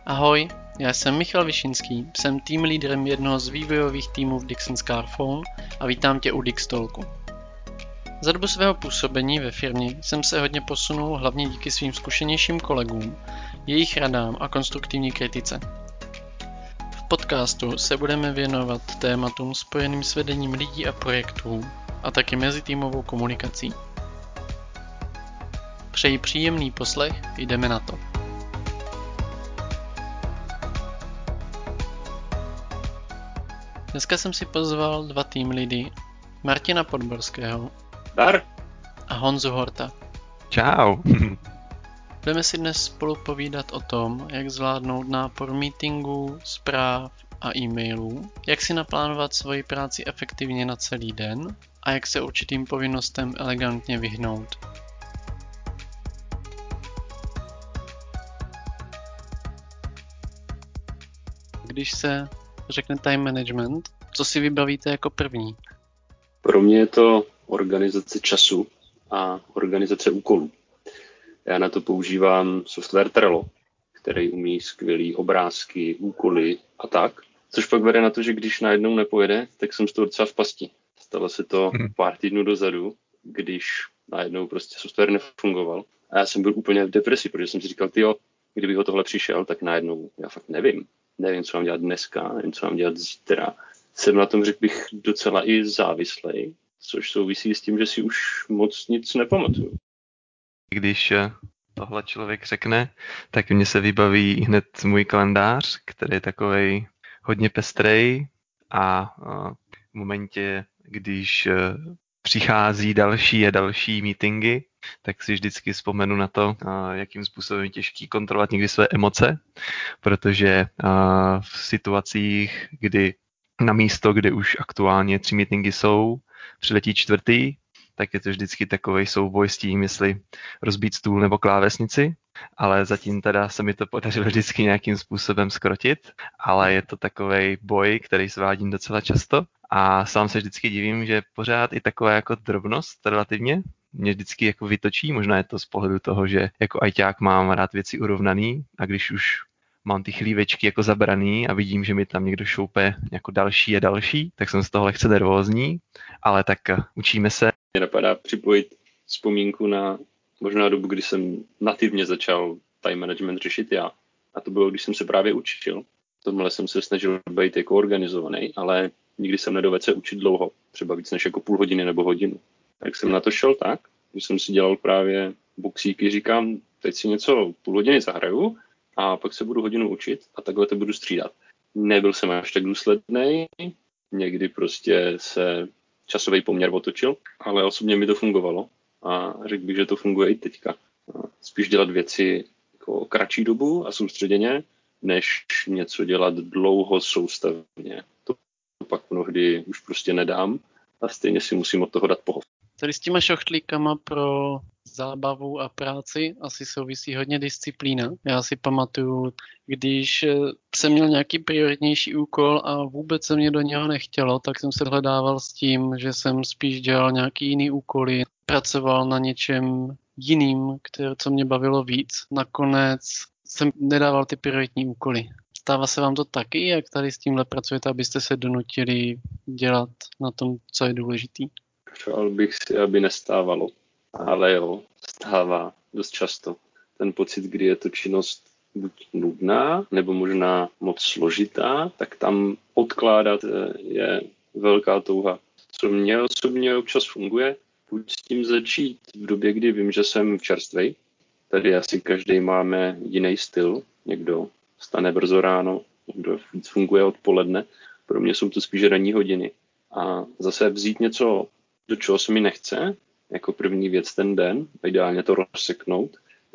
Ahoj, já jsem Michal Višinský, jsem tým lídrem jednoho z vývojových týmů v Dixon Scarphone a vítám tě u Dixtalku. Za dobu svého působení ve firmě jsem se hodně posunul hlavně díky svým zkušenějším kolegům, jejich radám a konstruktivní kritice. V podcastu se budeme věnovat tématům spojeným s vedením lidí a projektů a taky mezitýmovou komunikací. Přeji příjemný poslech, jdeme na to. Dneska jsem si pozval dva tým lidy, Martina Podborského Dar. A Honzu Horta. Čau. Budeme si dnes spolu povídat o tom, jak zvládnout nápor meetingů, zpráv a e-mailů, jak si naplánovat svoji práci efektivně na celý den a jak se určitým povinnostem elegantně vyhnout. Když se řekne time management, co si vybavíte jako první? Pro mě je to organizace času a organizace úkolů. Já na to používám software Trello, který umí skvělý obrázky, úkoly a tak. Což pak vede na to, že když najednou nepojede, tak jsem z toho docela v pasti. Stalo se to pár týdnů dozadu, když najednou prostě software nefungoval. A já jsem byl úplně v depresi, protože jsem si říkal, kdyby o tohle přišel, tak najednou já fakt nevím. Nevím, co mám dělat dneska, nevím, co mám dělat zítra. Jsem na tom, řekl bych, docela i závislej, což souvisí s tím, že si už moc nic nepamatuju. Když tohle člověk řekne, tak mně se vybaví hned můj kalendář, který je takovej hodně pestrej a v momentě, když přichází další a další meetingy, tak si vždycky vzpomenu na to, jakým způsobem je těžký kontrolovat někdy své emoce, protože v situacích, kdy na místo, kde už aktuálně 3 meetingy jsou, přiletí 4., tak je to vždycky takovej souboj s tím, jestli rozbít stůl nebo klávesnici, ale zatím teda se mi to podařilo vždycky nějakým způsobem zkrotit, ale je to takovej boj, který svádím docela často a sám se vždycky divím, že pořád i taková jako drobnost relativně mě vždycky jako vytočí, možná je to z pohledu toho, že jako ajťák mám rád věci urovnaný a když už mám ty chlívečky jako zabraný a vidím, že mi tam někdo šoupe jako další a další, tak jsem z toho lehce nervózní, ale tak učíme se. Mě napadá připojit vzpomínku na možná dobu, kdy jsem nativně začal time management řešit já. A to bylo, když jsem se právě učil. Tomhle jsem se snažil být jako organizovaný, ale nikdy jsem nedovedl se učit dlouho, třeba víc než jako půl hodiny nebo hodinu. Tak jsem na to šel tak, že jsem si dělal právě boxíky, říkám, teď si něco půl hodiny zahraju, a pak se budu hodinu učit a takhle to budu střídat. Nebyl jsem až tak důsledný, někdy prostě se časový poměr otočil, ale osobně mi to fungovalo a řekl bych, že to funguje i teďka. Spíš dělat věci jako kratší dobu a soustředěně, než něco dělat dlouho soustavně. To pak mnohdy už prostě nedám a stejně si musím od toho dát pohov. Tady s těma šochtlíkama pro zábavu a práci asi souvisí hodně disciplína. Já si pamatuju, když jsem měl nějaký prioritnější úkol a vůbec se mě do něho nechtělo, tak jsem se hledával s tím, že jsem spíš dělal nějaký jiný úkoly, pracoval na něčem jiným, co mě bavilo víc. Nakonec jsem nedával ty prioritní úkoly. Stává se vám to taky, jak tady s tímhle pracujete, abyste se donutili dělat na tom, co je důležitý? Přál bych si, aby nestávalo, ale jo, stává dost často. Ten pocit, kdy je to činnost buď nudná, nebo možná moc složitá, tak tam odkládat je velká touha. Co mně osobně občas funguje, buď s tím začít v době, kdy vím, že jsem čerstvej. Tady asi každý máme jiný styl. Někdo vstane brzo ráno, někdo víc funguje odpoledne. Pro mě jsou to spíš ranní hodiny. A zase vzít něco, do čeho se mi nechce, jako první věc ten den, ideálně to rozseknout,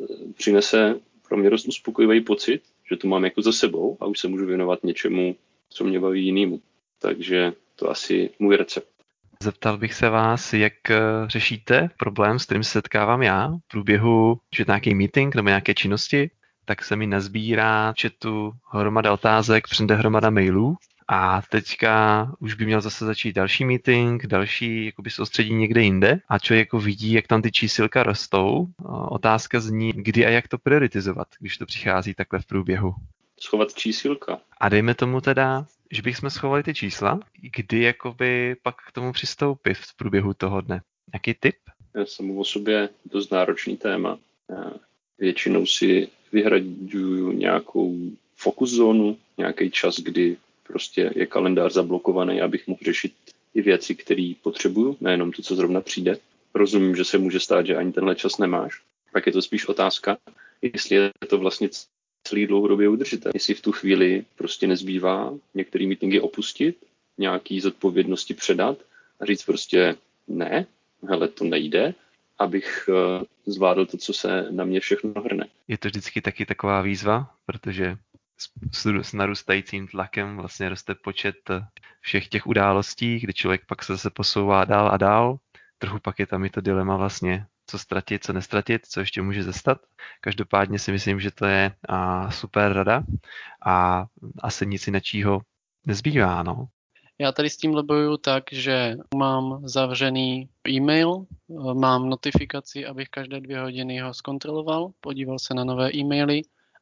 přinese pro mě dost uspokojivý pocit, že to mám jako za sebou a už se můžu věnovat něčemu, co mě baví jinému. Takže to asi můj recept. Zeptal bych se vás, jak řešíte problém, s kterým se setkávám já v průběhu, že nějaký meeting nebo nějaké činnosti, tak se mi nazbírá v chatu hromada otázek, přijde hromada mailů. A teďka už by měl zase začít další meeting, další jakoby soustředí někde jinde a člověk jako vidí, jak tam ty čísilka rostou. Otázka zní, kdy a jak to prioritizovat, když to přichází takhle v průběhu. schovat čísilka. A dejme tomu teda, že bychom schovali ty čísla, kdy jakoby pak k tomu přistoupit v průběhu toho dne. Jaký tip? Já jsem o sobě dost náročný téma. Já většinou si vyhraďuju nějakou fokus zónu, nějaký čas, kdy prostě je kalendář zablokovaný, abych mohl řešit i věci, které potřebuju, nejenom to, co zrovna přijde. Rozumím, že se může stát, že ani tenhle čas nemáš. Pak je to spíš otázka, jestli je to vlastně celý dlouhodobě udržitelné. Jestli v tu chvíli prostě nezbývá některé meetingy opustit, nějaký zodpovědnosti předat a říct prostě ne, hele, to nejde, abych zvládl to, co se na mě všechno hrne. Je to vždycky taky taková výzva, protože s narůstajícím tlakem vlastně roste počet všech těch událostí, kdy člověk pak se zase posouvá dál a dál. Trochu pak je tam i to dilema vlastně, co ztratit, co nestratit, co ještě může zestat. Každopádně si myslím, že to je super rada a asi nic jiného nezbývá, no. Já tady s tímhle bojuju tak, že mám zavřený e-mail, mám notifikaci, abych každé 2 hodiny ho zkontroloval, podíval se na nové e-maily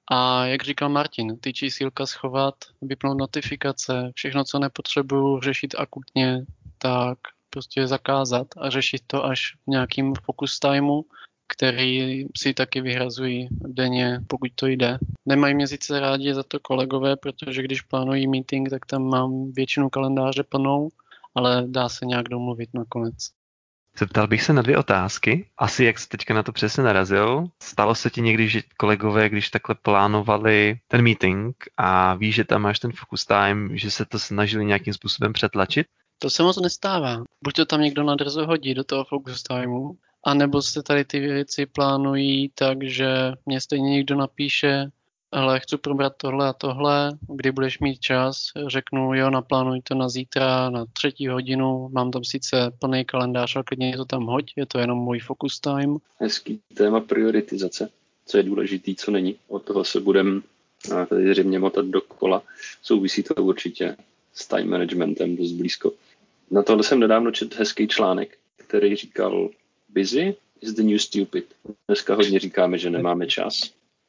a jak říkal Martin, ty čísílka schovat, vypnout notifikace, všechno, co nepotřebuju řešit akutně, tak prostě zakázat a řešit to až v nějakým focus timeu, který si taky vyhrazují denně, pokud to jde. Nemají mě sice rádi za to kolegové, protože když plánují meeting, tak tam mám většinu kalendáře plnou, ale dá se nějak domluvit nakonec. Zeptal bych se na 2 otázky. Asi jak jsi teďka na to přesně narazil. Stalo se ti někdy, že kolegové, když takhle plánovali ten meeting a víš, že tam máš ten focus time, že se to snažili nějakým způsobem přetlačit? To se moc nestává. Buď to tam někdo nadrzo hodí do toho focus timeu, anebo se tady ty věci plánují tak, že mě stejně někdo napíše, hele, chci probrat tohle a tohle, kdy budeš mít čas, řeknu, jo, naplánuj to na zítra, na 3. hodinu, mám tam sice plný kalendář, ale klidně to tam hoď, je to jenom můj focus time. Hezký téma prioritizace, co je důležitý, co není. Od toho se budeme tady zřejmě motat dokola. Souvisí to určitě s time managementem dost blízko. Na tohle jsem nedávno četl hezký článek, který říkal, busy is the new stupid. Dneska hodně říkáme, že nemáme čas,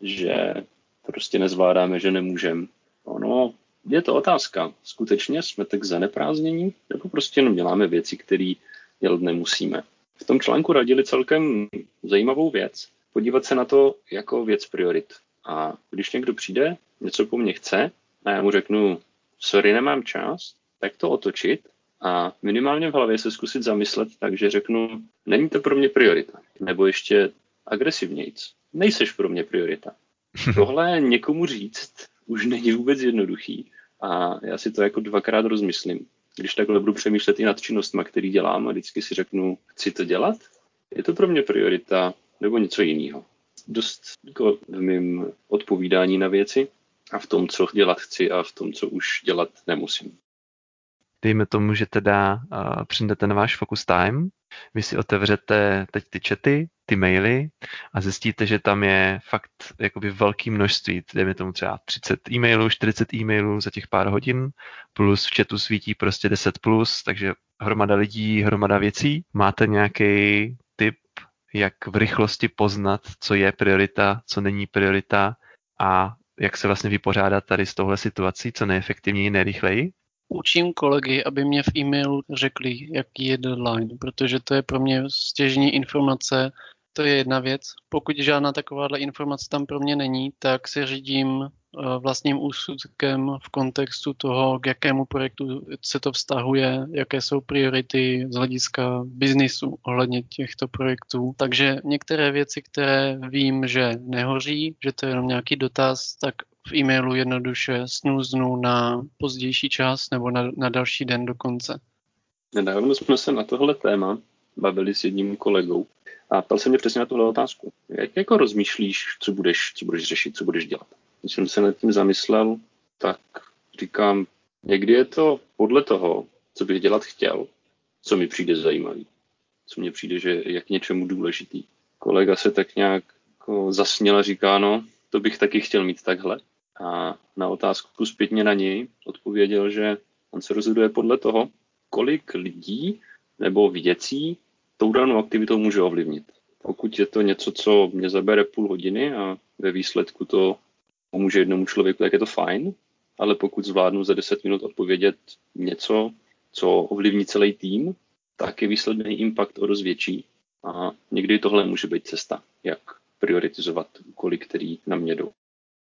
že prostě nezvládáme, že nemůžeme. No, je to otázka. Skutečně jsme tak zaneprázdnění, nebo prostě jenom děláme věci, které dělat nemusíme. V tom článku radili celkem zajímavou věc. Podívat se na to jako věc priorit. A když někdo přijde, něco po mně chce, a já mu řeknu, sorry, nemám čas, tak to otočit a minimálně v hlavě se zkusit zamyslet, takže řeknu, není to pro mě priorita. Nebo ještě agresivnějc, nejseš pro mě priorita. Tohle někomu říct už není vůbec jednoduchý a já si to jako 2krát rozmyslím. Když takhle budu přemýšlet i nad činnostma, který dělám a vždycky si řeknu, chci to dělat? Je to pro mě priorita nebo něco jiného? Dost jako v mém odpovídání na věci a v tom, co dělat chci a v tom, co už dělat nemusím. Dejme tomu, že teda přijdete na váš focus time, vy si otevřete teď ty chaty, ty maily a zjistíte, že tam je fakt jakoby velké množství, dejme tomu třeba 30 e-mailů, 40 e-mailů za těch pár hodin, plus v chatu svítí prostě 10+, takže hromada lidí, hromada věcí. Máte nějaký tip, jak v rychlosti poznat, co je priorita, co není priorita a jak se vlastně vypořádat tady s touhle situací, co nejefektivněji, nejrychleji? Učím kolegy, aby mě v e-mailu řekli, jaký je deadline, protože to je pro mě stěžní informace. To je jedna věc. Pokud žádná takováhle informace tam pro mě není, tak se řídím vlastním úsudkem v kontextu toho, k jakému projektu se to vztahuje, jaké jsou priority z hlediska biznisu ohledně těchto projektů. Takže některé věci, které vím, že nehoří, že to je jenom nějaký dotaz, tak v e-mailu jednoduše snůznu na pozdější čas nebo na další den dokonce. Nedávno jsme se na tohle téma bavili s jedním kolegou a ptal se mě přesně na tuhle otázku. Jak jako rozmýšlíš, co budeš řešit, co budeš dělat? Když jsem se nad tím zamyslel, tak říkám, někdy je to podle toho, co bych dělat chtěl, co mi přijde zajímavý, co mně přijde, že je k něčemu důležitý. Kolega se tak nějak jako zasněl a říká, no, to bych taky chtěl mít takhle. A na otázku zpětně na něj odpověděl, že on se rozhoduje podle toho, kolik lidí nebo věcí tou danou aktivitou může ovlivnit. Pokud je to něco, co mě zabere půl hodiny a ve výsledku to pomůže jednomu člověku, tak je to fajn, ale pokud zvládnu za 10 minut odpovědět něco, co ovlivní celý tým, tak je výsledný impact o dost větší. A někdy tohle může být cesta, jak prioritizovat úkoly, který na mě jdou.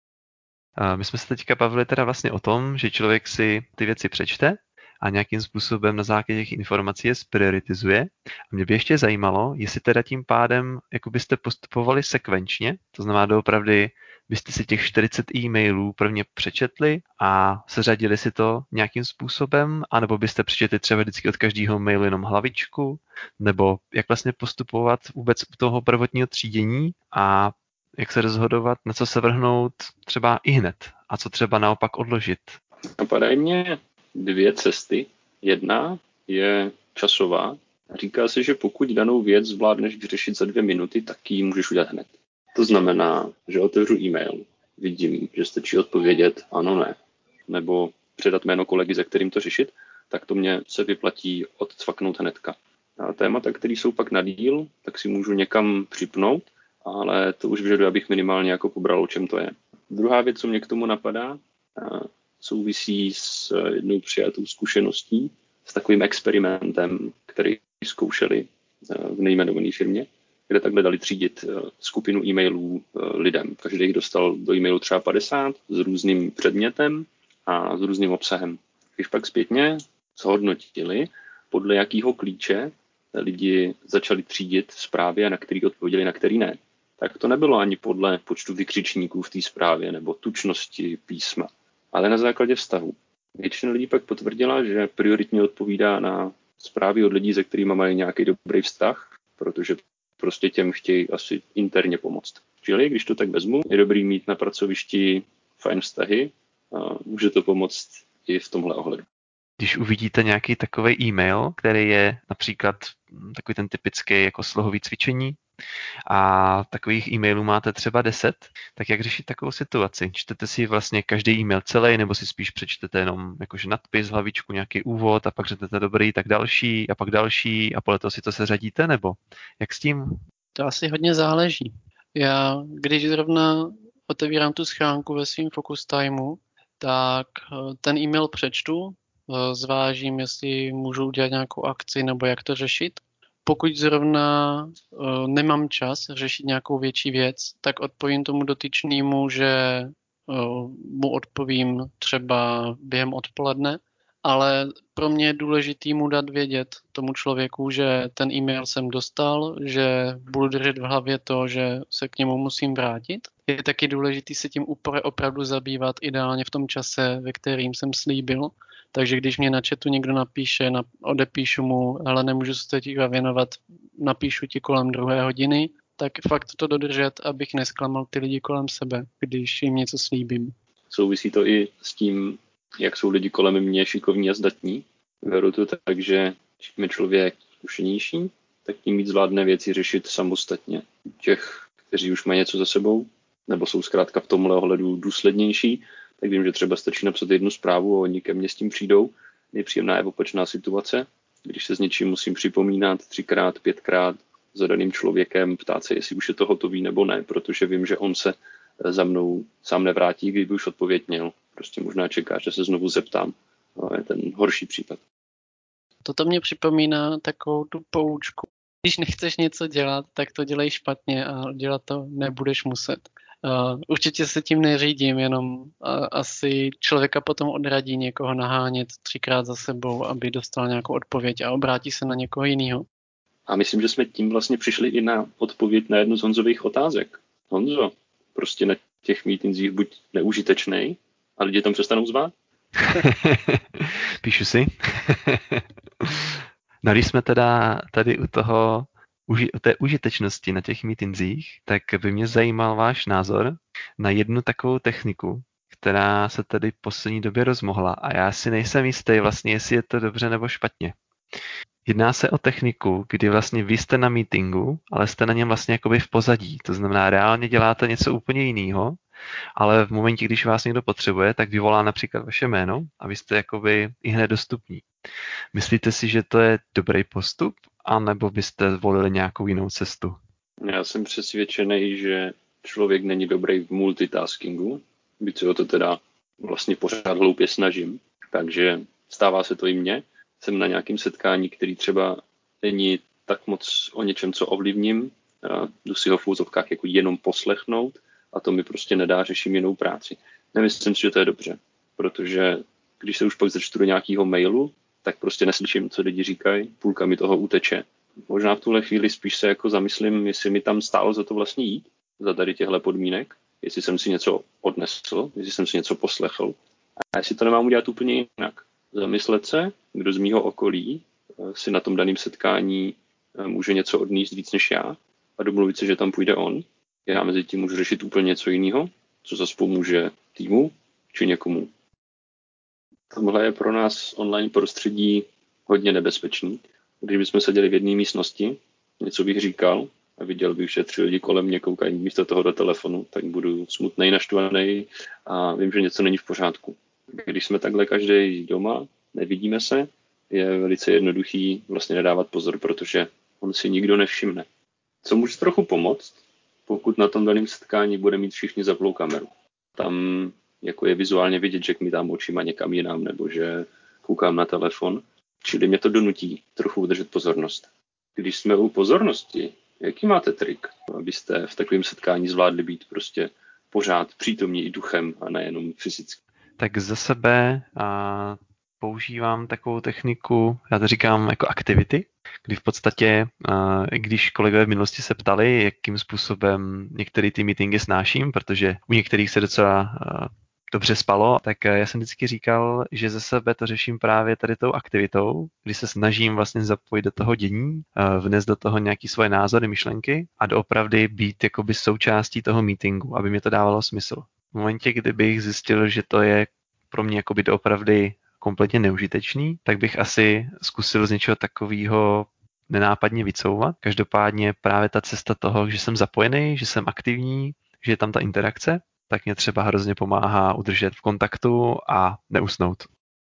My jsme se teďka bavili teda vlastně o tom, že člověk si ty věci přečte a nějakým způsobem na základě těch informací je sprioritizuje. A mě by ještě zajímalo, jestli teda tím pádem jako byste postupovali sekvenčně, to znamená doopravdy byste si těch 40 e-mailů prvně přečetli a seřadili si to nějakým způsobem, anebo byste přečetli třeba vždycky od každého mailu jenom hlavičku, nebo jak vlastně postupovat vůbec u toho prvotního třídění a jak se rozhodovat, na co se vrhnout třeba i hned a co třeba naopak odložit. Napadají mě 2 cesty. Jedna je časová. Říká se, že pokud danou věc zvládneš vyřešit za 2 minuty, tak ji můžeš udělat hned. To znamená, že otevřu e-mail, vidím, že stačí odpovědět ano, ne, nebo předat jméno kolegy, za kterým to řešit, tak to mě se vyplatí odcvaknout hnedka. A témata, které jsou pak na díl, tak si můžu někam připnout, ale to už vyžaduje, abych minimálně jako pobral, o čem to je. Druhá věc, co mě k tomu napadá, souvisí s jednou přijatou zkušeností, s takovým experimentem, který zkoušeli v nejmenované firmě, kde takhle dali třídit skupinu e-mailů lidem. Každý jich dostal do e-mailu třeba 50 s různým předmětem a s různým obsahem. Když pak zpětně zhodnotili, podle jakého klíče lidi začali třídit zprávy, na který odpověděli, na který ne, tak to nebylo ani podle počtu vykřičníků v té zprávě nebo tučnosti písma, ale na základě vztahu. Většina lidí pak potvrdila, že prioritně odpovídá na zprávy od lidí, se kterými mají nějaký dobrý vztah, protože prostě těm chtějí asi interně pomoct. Čili, když to tak vezmu, je dobrý mít na pracovišti fajn vztahy a může to pomoct i v tomhle ohledu. Když uvidíte nějaký takový e-mail, který je například takový ten typický jako slohový cvičení a takových e-mailů máte třeba 10, tak jak řešit takovou situaci? Čtete si vlastně každý e-mail celý, nebo si spíš přečtete jenom jakože nadpis, hlavičku, nějaký úvod a pak řeknete dobrý, tak další a pak další a podle toho si to seřadíte, nebo jak s tím? To asi hodně záleží. Já, když zrovna otevírám tu schránku ve svým focus timeu, tak ten e-mail přečtu, zvážím, jestli můžu udělat nějakou akci nebo jak to řešit. Pokud zrovna nemám čas řešit nějakou větší věc, tak odpovím tomu dotyčnému, že mu odpovím třeba během odpoledne, ale pro mě je důležitý mu dát vědět tomu člověku, že ten e-mail jsem dostal, že budu držet v hlavě to, že se k němu musím vrátit. Je taky důležitý se tím opravdu zabývat ideálně v tom čase, ve kterým jsem slíbil. Takže když mě na chatu někdo napíše, odepíšu mu, ale nemůžu se teďka věnovat, napíšu ti kolem 2 hodiny, tak fakt to dodržet, abych nesklamal ty lidi kolem sebe, když jim něco slíbím. Souvisí to i s tím, jak jsou lidi kolem mě šikovní a zdatní. Beru to tak, že čím je člověk zkušenější, tak tím víc zvládne věci řešit samostatně. Těch, kteří už mají něco za sebou, nebo jsou zkrátka v tomhle ohledu důslednější, tak vím, že třeba stačí napsat 1 zprávu a oni ke mně s tím přijdou. Nepříjemná je opačná situace, když se s něčím musím připomínat 3x, 5x za daným člověkem, ptát se, jestli už je to hotový nebo ne, protože vím, že on se za mnou sám nevrátí, kdyby už odpověď měl. Prostě možná čeká, že se znovu zeptám. To je ten horší případ. Toto mě připomíná takovou tu poučku. Když nechceš něco dělat, tak to dělej špatně a dělat to nebudeš muset. Určitě se tím neřídím, jenom asi člověka potom odradí někoho nahánět 3x za sebou, aby dostal nějakou odpověď a obrátí se na někoho jiného. A myslím, že jsme tím vlastně přišli i na odpověď na jednu z Honzových otázek. Honzo, prostě na těch meetingsích buď neužitečnej a lidi tam přestanou zvát? Píšu si. No, když jsme teda tady u té užitečnosti na těch meetingsích, tak by mě zajímal váš názor na jednu takovou techniku, která se tady v poslední době rozmohla a já si nejsem jistý vlastně, jestli je to dobře nebo špatně. Jedná se o techniku, kdy vlastně vy jste na meetingu, ale jste na něm vlastně jakoby v pozadí. To znamená, reálně děláte něco úplně jiného, ale v momentě, když vás někdo potřebuje, tak vyvolá například vaše jméno a vy jste jakoby i hned dostupní. Myslíte si, že to je dobrý postup, anebo byste zvolili nějakou jinou cestu? Já jsem přesvědčený, že člověk není dobrý v multitaskingu, byť se o to teda vlastně pořád hloupě snažím. Takže stává se to i mně. Jsem na nějakém setkání, který třeba není tak moc o něčem, co ovlivním. Jdu si ho v úzovkách jako jenom poslechnout a to mi prostě nedá, řeším jinou práci. Nemyslím si, že to je dobře, protože když se už pak začtu do nějakého mailu, tak prostě neslyším, co lidi říkají, půlka mi toho uteče. Možná v tuhle chvíli spíš se jako zamyslím, jestli mi tam stálo za to vlastně jít, za tady těchto podmínek, jestli jsem si něco odnesl, jestli jsem si něco poslechl a jestli to nemám udělat úplně jinak. Zamyslet se, kdo z mýho okolí si na tom daném setkání může něco odníst víc než já a domluvit se, že tam půjde on. Já mezi tím můžu řešit úplně něco jiného, co zase pomůže týmu či někomu. Tohle je pro nás online prostředí hodně nebezpečný. Když bychom seděli v jedné místnosti, něco bych říkal a viděl bych, že 3 lidi kolem mě koukají místo toho do telefonu, tak budu smutnej, naštvaný a vím, že něco není v pořádku. Když jsme takhle každý doma, nevidíme se, je velice jednoduchý vlastně nedávat pozor, protože on si nikdo nevšimne. Co může trochu pomoct, pokud na tom daném setkání bude mít všichni zaplou kameru. Tam jako je vizuálně vidět, že mi dám očima někam jinam, nebo že koukám na telefon. Čili mě to donutí trochu udržet pozornost. Když jsme u pozornosti, jaký máte trik, abyste v takovém setkání zvládli být prostě pořád přítomní i duchem a nejenom fyzicky? Tak za sebe používám takovou techniku, já to říkám jako activity, kdy v podstatě, když kolegové v minulosti se ptali, jakým způsobem některé ty meetingy snáším, protože u některých se docela dobře spalo, tak já jsem vždycky říkal, že ze sebe to řeším právě tady tou aktivitou, kdy se snažím vlastně zapojit do toho dění, vnést do toho nějaké svoje názory, myšlenky a doopravdy být jakoby součástí toho meetingu, aby mě to dávalo smysl. V momentě, kdybych zjistil, že to je pro mě jakoby doopravdy kompletně neužitečný, tak bych asi zkusil z něčeho takového nenápadně vycouvat. Každopádně právě ta cesta toho, že jsem zapojený, že jsem aktivní, že je tam ta interakce, tak mě třeba hrozně pomáhá udržet v kontaktu a neusnout.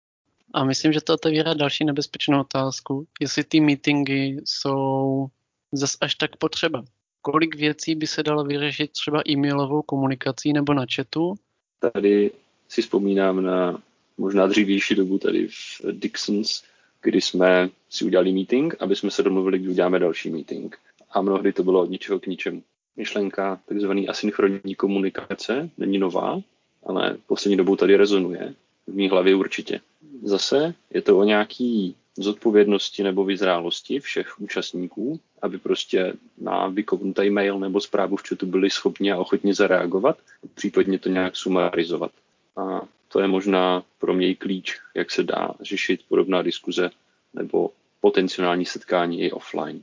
A myslím, že to otevírá další nebezpečnou otázku, jestli ty meetingy jsou zas až tak potřeba. Kolik věcí by se dalo vyřešit třeba e-mailovou komunikací nebo na chatu? Tady si vzpomínám na možná dřívější dobu tady v Dixons, kdy jsme si udělali meeting, aby jsme se domluvili, kdy uděláme další meeting. A mnohdy to bylo od ničeho k ničemu. Myšlenka takzvaný asynchronní komunikace není nová, ale poslední dobou tady rezonuje. V mý hlavě určitě. Zase je to o nějaký zodpovědnosti nebo vyzrálosti všech účastníků, aby prostě na vykopnutý mail nebo zprávu v chatu byli schopni a ochotni zareagovat, případně to nějak sumarizovat. A to je možná pro mě i klíč, jak se dá řešit podobná diskuze nebo potenciální setkání i offline.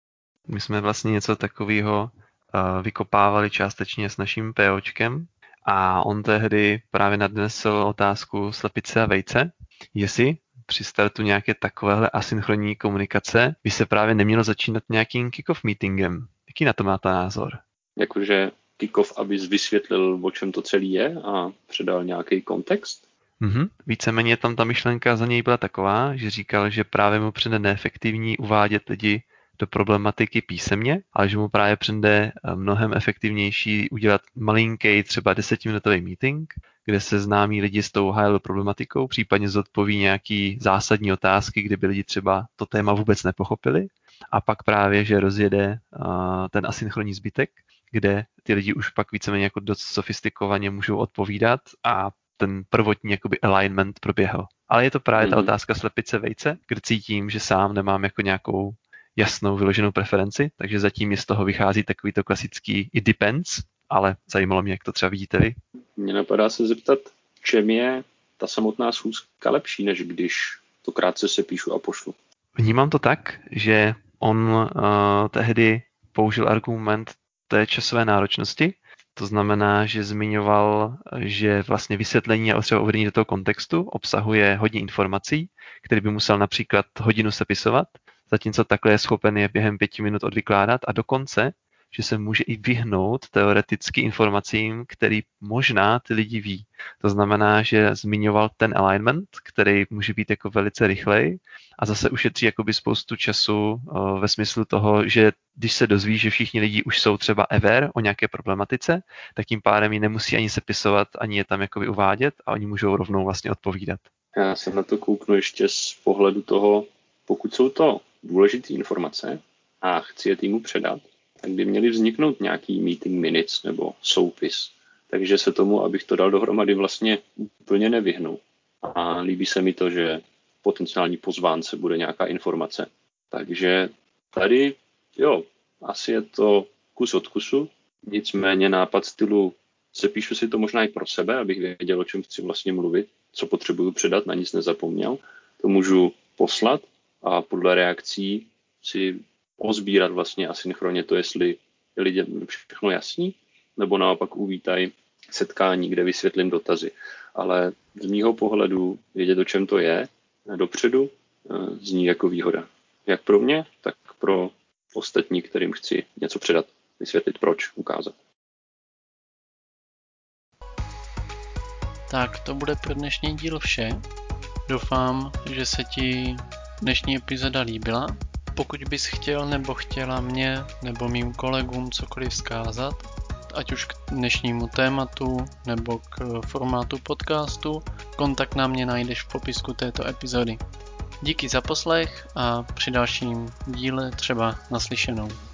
My jsme vlastně něco takového vykopávali částečně s naším POčkem a on tehdy právě nadnesl otázku slepice a vejce, jestli při startu nějaké takovéhle asynchronní komunikace by se právě nemělo začínat nějakým kick-off meetingem. Jaký na to máte názor? Jakože kick-off, abys vysvětlil, o čem to celý je a předal nějaký kontext? Víceméně tam ta myšlenka za něj byla taková, že říkal, že právě mu přijde neefektivní uvádět lidi do problematiky písemně, ale že mu právě přijde mnohem efektivnější udělat malinký, třeba 10-minutový meeting, kde se známí lidi s tou high-level problematikou, případně zodpoví nějaký zásadní otázky, kdyby lidi třeba to téma vůbec nepochopili, a pak právě, že rozjede ten asynchronní zbytek, kde ty lidi už pak víceméně jako dost sofistikovaně můžou odpovídat a ten prvotní jakoby alignment proběhl. Ale je to právě ta otázka slepice vejce, kde cítím, že sám nemám jako nějakou jasnou vyloženou preferenci, takže zatím je z toho vychází takový to klasický it depends, ale zajímalo mě, jak to třeba vidíte vy. Mně napadá se zeptat, čem je ta samotná schůzka lepší, než když to krátce se píšu a pošlu. Vnímám to tak, že on tehdy použil argument té časové náročnosti. To znamená, že zmiňoval, že vlastně vysvětlení a třeba uvedení do toho kontextu obsahuje hodně informací, které by musel například hodinu sepisovat, zatímco takhle je schopen je během 5 minut odvykládat a dokonce že se může i vyhnout teoreticky informacím, který možná ty lidi ví. To znamená, že zmiňoval ten alignment, který může být jako velice rychlej a zase ušetří jakoby spoustu času ve smyslu toho, že když se dozví, že všichni lidi už jsou třeba aware o nějaké problematice, tak tím pádem ji nemusí ani sepisovat, ani je tam jakoby uvádět a oni můžou rovnou vlastně odpovídat. Já se na to kouknu ještě z pohledu toho, pokud jsou to důležité informace a chci je týmu předat, tak by měly vzniknout nějaký meeting minutes nebo soupis. Takže se tomu, abych to dal dohromady, vlastně úplně nevyhnu. A líbí se mi to, že v potenciální pozvánce bude nějaká informace. Takže tady, jo, asi je to kus od kusu, nicméně nápad stylu sepíšu si to možná i pro sebe, abych věděl, o čem chci vlastně mluvit, co potřebuju předat, na nic nezapomněl. To můžu poslat a podle reakcí si ozbírat vlastně asynchronně to, jestli je lidem všechno jasný, nebo naopak uvítají setkání, kde vysvětlím dotazy. Ale z mýho pohledu vědět, o čem to je, dopředu zní jako výhoda. Jak pro mě, tak pro ostatní, kterým chci něco předat, vysvětlit proč, ukázat. Tak to bude pro dnešní díl vše. Doufám, že se ti dnešní epizoda líbila. Pokud bys chtěl nebo chtěla mě nebo mým kolegům cokoliv vzkázat, ať už k dnešnímu tématu nebo k formátu podcastu, kontakt na mě najdeš v popisku této epizody. Díky za poslech a při dalším díle třeba naslyšenou.